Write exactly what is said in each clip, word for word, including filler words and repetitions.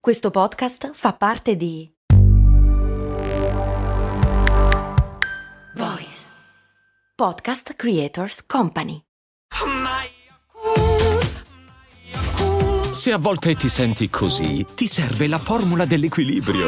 Questo podcast fa parte di Voice Podcast Creators Company. Se a volte ti senti così, ti serve la formula dell'equilibrio.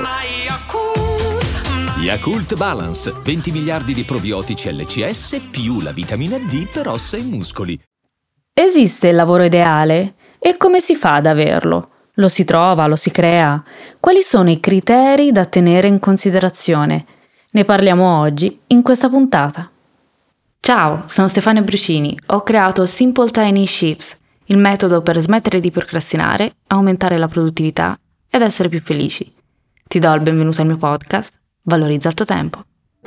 Yakult Balance, venti miliardi di probiotici L C S più la vitamina D per ossa e muscoli. Esiste il lavoro ideale? E come si fa ad averlo? Lo si trova, lo si crea? Quali sono i criteri da tenere in considerazione? Ne parliamo oggi in questa puntata. Ciao, sono Stefania Brucini. Ho creato Simple Tiny Shifts, il metodo per smettere di procrastinare, aumentare la produttività ed essere più felici. Ti do il benvenuto al mio podcast, Valorizza il tuo tempo.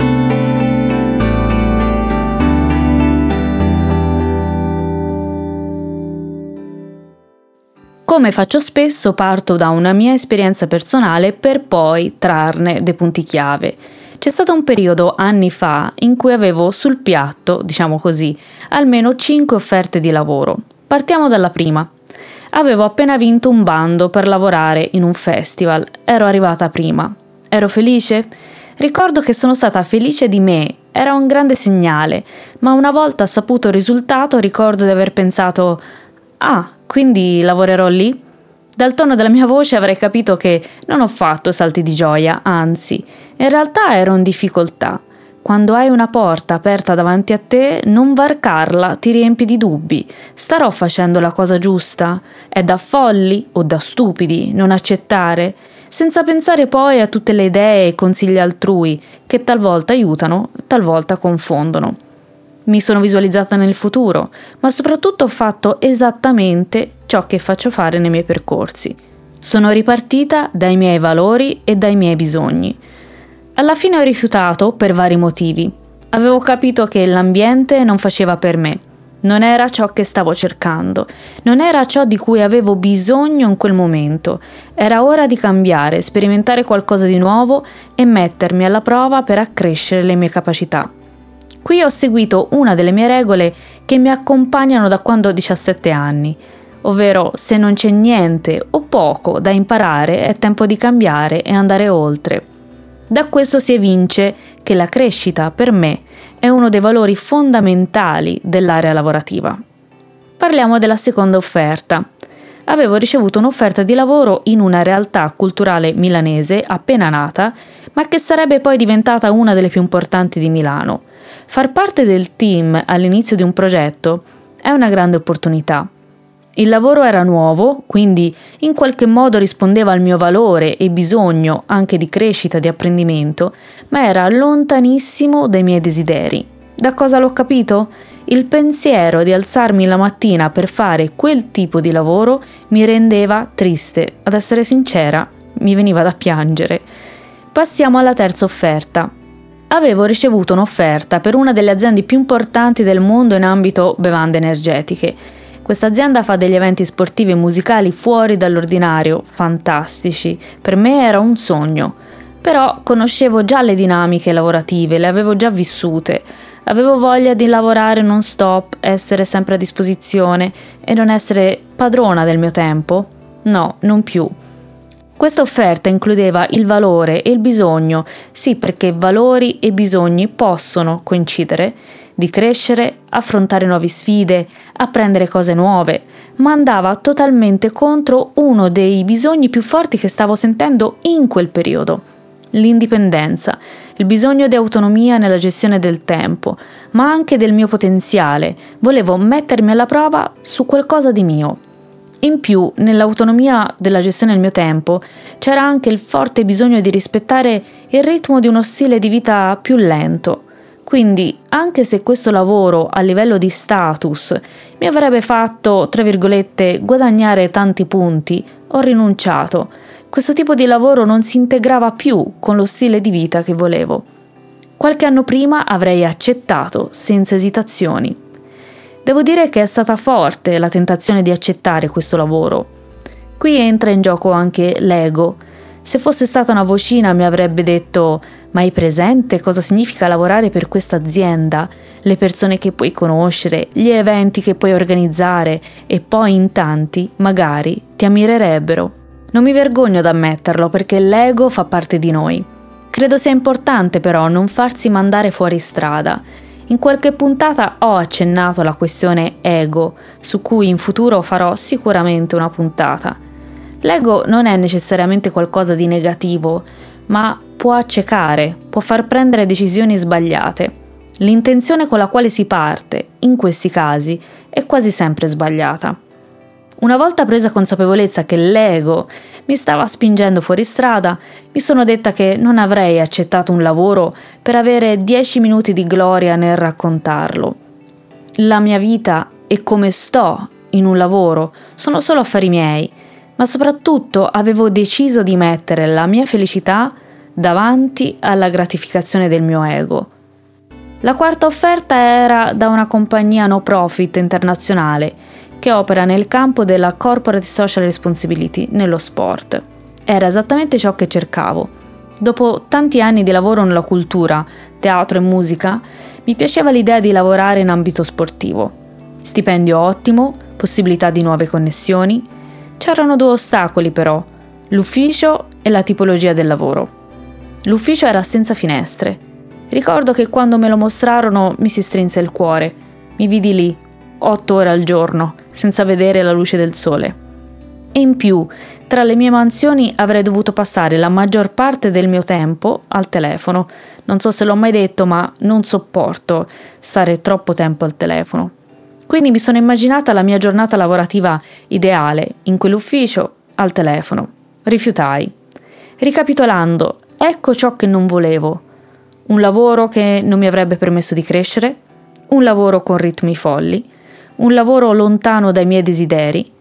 Come faccio spesso, parto da una mia esperienza personale per poi trarne dei punti chiave. C'è stato un periodo anni fa in cui avevo sul piatto, diciamo così, almeno cinque offerte di lavoro. Partiamo dalla prima. Avevo appena vinto un bando per lavorare in un festival. Ero arrivata prima. Ero felice? Ricordo che sono stata felice di me. Era un grande segnale, ma una volta saputo il risultato ricordo di aver pensato «Ah, quindi lavorerò lì?» Dal tono della mia voce avrei capito che non ho fatto salti di gioia, anzi, in realtà ero in difficoltà. Quando hai una porta aperta davanti a te, non varcarla ti riempi di dubbi. Starò facendo la cosa giusta? È da folli o da stupidi non accettare? Senza pensare poi a tutte le idee e consigli altrui che talvolta aiutano, talvolta confondono. Mi sono visualizzata nel futuro, ma soprattutto ho fatto esattamente ciò che faccio fare nei miei percorsi. Sono ripartita dai miei valori e dai miei bisogni. Alla fine ho rifiutato per vari motivi. Avevo capito che l'ambiente non faceva per me. Non era ciò che stavo cercando. Non era ciò di cui avevo bisogno in quel momento. Era ora di cambiare, sperimentare qualcosa di nuovo e mettermi alla prova per accrescere le mie capacità. Qui ho seguito una delle mie regole che mi accompagnano da quando ho diciassette anni, ovvero se non c'è niente o poco da imparare è tempo di cambiare e andare oltre. Da questo si evince che la crescita per me è uno dei valori fondamentali dell'area lavorativa. Parliamo della seconda offerta. Avevo ricevuto un'offerta di lavoro in una realtà culturale milanese appena nata, ma che sarebbe poi diventata una delle più importanti di Milano. Far parte del team all'inizio di un progetto è una grande opportunità. Il lavoro era nuovo, quindi in qualche modo rispondeva al mio valore e bisogno anche di crescita e di apprendimento, ma era lontanissimo dai miei desideri. Da cosa l'ho capito? Il pensiero di alzarmi la mattina per fare quel tipo di lavoro mi rendeva triste. Ad essere sincera, mi veniva da piangere. Passiamo alla terza offerta. Avevo ricevuto un'offerta per una delle aziende più importanti del mondo in ambito bevande energetiche. Questa azienda fa degli eventi sportivi e musicali fuori dall'ordinario, fantastici. Per me era un sogno. Però conoscevo già le dinamiche lavorative, le avevo già vissute. Avevo voglia di lavorare non stop, essere sempre a disposizione e non essere padrona del mio tempo? No, non più. Questa offerta includeva il valore e il bisogno, sì, perché valori e bisogni possono coincidere, di crescere, affrontare nuove sfide, apprendere cose nuove, ma andava totalmente contro uno dei bisogni più forti che stavo sentendo in quel periodo: l'indipendenza, il bisogno di autonomia nella gestione del tempo, ma anche del mio potenziale. Volevo mettermi alla prova su qualcosa di mio. In più, nell'autonomia della gestione del mio tempo, c'era anche il forte bisogno di rispettare il ritmo di uno stile di vita più lento. Quindi, anche se questo lavoro a livello di status mi avrebbe fatto, tra virgolette, guadagnare tanti punti, ho rinunciato. Questo tipo di lavoro non si integrava più con lo stile di vita che volevo. Qualche anno prima avrei accettato senza esitazioni. Devo dire che è stata forte la tentazione di accettare questo lavoro. Qui entra in gioco anche l'ego. Se fosse stata una vocina mi avrebbe detto: ma hai presente cosa significa lavorare per questa azienda? Le persone che puoi conoscere, gli eventi che puoi organizzare e poi in tanti, magari, ti ammirerebbero. Non mi vergogno ad ammetterlo perché l'ego fa parte di noi. Credo sia importante però non farsi mandare fuori strada. In qualche puntata ho accennato alla questione ego, su cui in futuro farò sicuramente una puntata. L'ego non è necessariamente qualcosa di negativo, ma può accecare, può far prendere decisioni sbagliate. L'intenzione con la quale si parte, in questi casi, è quasi sempre sbagliata. Una volta presa consapevolezza che l'ego mi stava spingendo fuori strada, mi sono detta che non avrei accettato un lavoro per avere dieci minuti di gloria nel raccontarlo. La mia vita e come sto in un lavoro sono solo affari miei, ma soprattutto avevo deciso di mettere la mia felicità davanti alla gratificazione del mio ego. La quarta offerta era da una compagnia no profit internazionale che opera nel campo della corporate social responsibility nello sport. Era esattamente ciò che cercavo. Dopo tanti anni di lavoro nella cultura, teatro e musica, mi piaceva l'idea di lavorare in ambito sportivo. Stipendio ottimo, possibilità di nuove connessioni. C'erano due ostacoli però, l'ufficio e la tipologia del lavoro. L'ufficio era senza finestre. Ricordo che quando me lo mostrarono mi si strinse il cuore. Mi vidi lì, otto ore al giorno, senza vedere la luce del sole. E in più, tra le mie mansioni avrei dovuto passare la maggior parte del mio tempo al telefono. Non so se l'ho mai detto, ma non sopporto stare troppo tempo al telefono. Quindi mi sono immaginata la mia giornata lavorativa ideale, in quell'ufficio, al telefono. Rifiutai. Ricapitolando, ecco ciò che non volevo. Un lavoro che non mi avrebbe permesso di crescere, un lavoro con ritmi folli, un lavoro lontano dai miei desideri.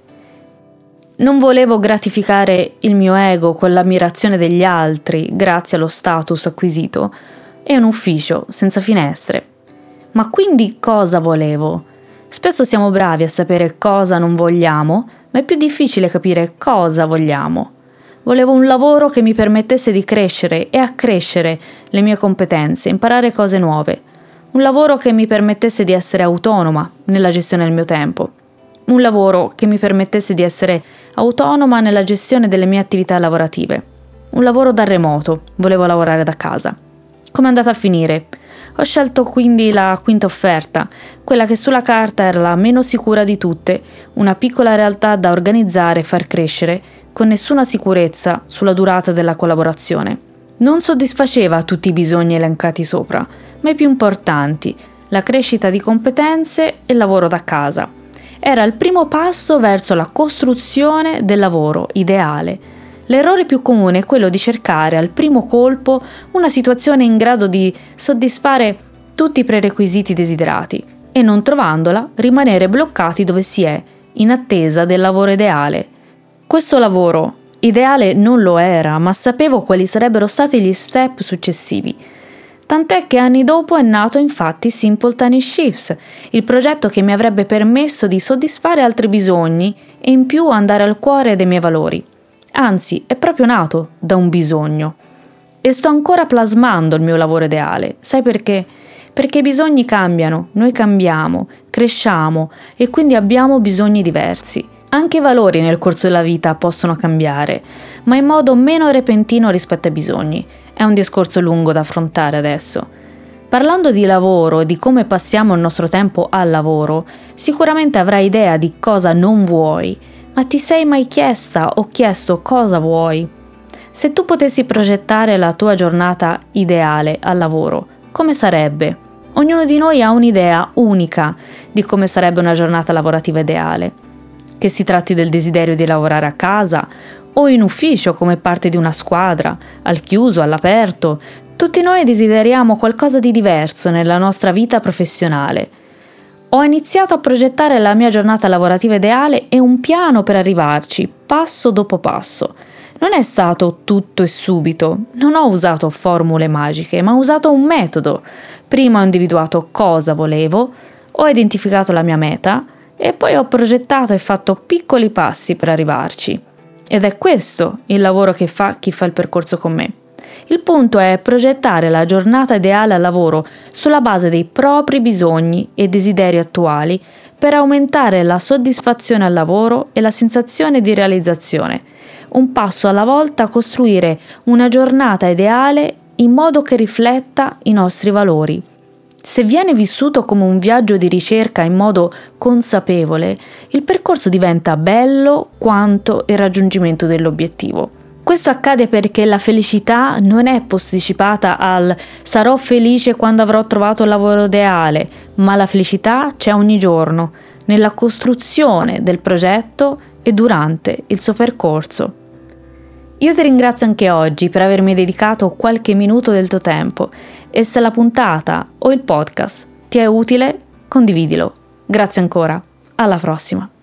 Non volevo gratificare il mio ego con l'ammirazione degli altri grazie allo status acquisito e un ufficio senza finestre. Ma quindi cosa volevo? Spesso siamo bravi a sapere cosa non vogliamo, ma è più difficile capire cosa vogliamo. Volevo un lavoro che mi permettesse di crescere e accrescere le mie competenze, imparare cose nuove. Un lavoro che mi permettesse di essere autonoma nella gestione del mio tempo. Un lavoro che mi permettesse di essere autonoma nella gestione delle mie attività lavorative. Un lavoro da remoto, volevo lavorare da casa. Come è andata a finire? Ho scelto quindi la quinta offerta, quella che sulla carta era la meno sicura di tutte, una piccola realtà da organizzare e far crescere, con nessuna sicurezza sulla durata della collaborazione. Non soddisfaceva tutti i bisogni elencati sopra, ma i più importanti, la crescita di competenze e il lavoro da casa. Era il primo passo verso la costruzione del lavoro ideale. L'errore più comune è quello di cercare al primo colpo una situazione in grado di soddisfare tutti i prerequisiti desiderati e non trovandola rimanere bloccati dove si è, in attesa del lavoro ideale. Questo lavoro ideale non lo era, ma sapevo quali sarebbero stati gli step successivi. Tant'è che anni dopo è nato infatti Simple Tiny Shifts, il progetto che mi avrebbe permesso di soddisfare altri bisogni e in più andare al cuore dei miei valori. Anzi, è proprio nato da un bisogno. E sto ancora plasmando il mio lavoro ideale. Sai perché? Perché i bisogni cambiano, noi cambiamo, cresciamo e quindi abbiamo bisogni diversi. Anche i valori nel corso della vita possono cambiare, ma in modo meno repentino rispetto ai bisogni. È un discorso lungo da affrontare adesso. Parlando di lavoro e di come passiamo il nostro tempo al lavoro, sicuramente avrai idea di cosa non vuoi, ma ti sei mai chiesta o chiesto cosa vuoi? Se tu potessi progettare la tua giornata ideale al lavoro, come sarebbe? Ognuno di noi ha un'idea unica di come sarebbe una giornata lavorativa ideale. Che si tratti del desiderio di lavorare a casa o in ufficio come parte di una squadra, al chiuso, all'aperto, tutti noi desideriamo qualcosa di diverso nella nostra vita professionale. Ho iniziato a progettare la mia giornata lavorativa ideale e un piano per arrivarci, passo dopo passo. Non è stato tutto e subito, non ho usato formule magiche, ma ho usato un metodo. Prima ho individuato cosa volevo, ho identificato la mia meta e poi ho progettato e fatto piccoli passi per arrivarci. Ed è questo il lavoro che fa chi fa il percorso con me. Il punto è progettare la giornata ideale al lavoro sulla base dei propri bisogni e desideri attuali per aumentare la soddisfazione al lavoro e la sensazione di realizzazione. un passo alla volta costruire una giornata ideale in modo che rifletta i nostri valori. Se viene vissuto come un viaggio di ricerca in modo consapevole, il percorso diventa bello quanto il raggiungimento dell'obiettivo. Questo accade perché la felicità non è posticipata al sarò felice quando avrò trovato il lavoro ideale, ma la felicità c'è ogni giorno, nella costruzione del progetto e durante il suo percorso. Io ti ringrazio anche oggi per avermi dedicato qualche minuto del tuo tempo e se la puntata o il podcast ti è utile, condividilo. Grazie ancora, alla prossima!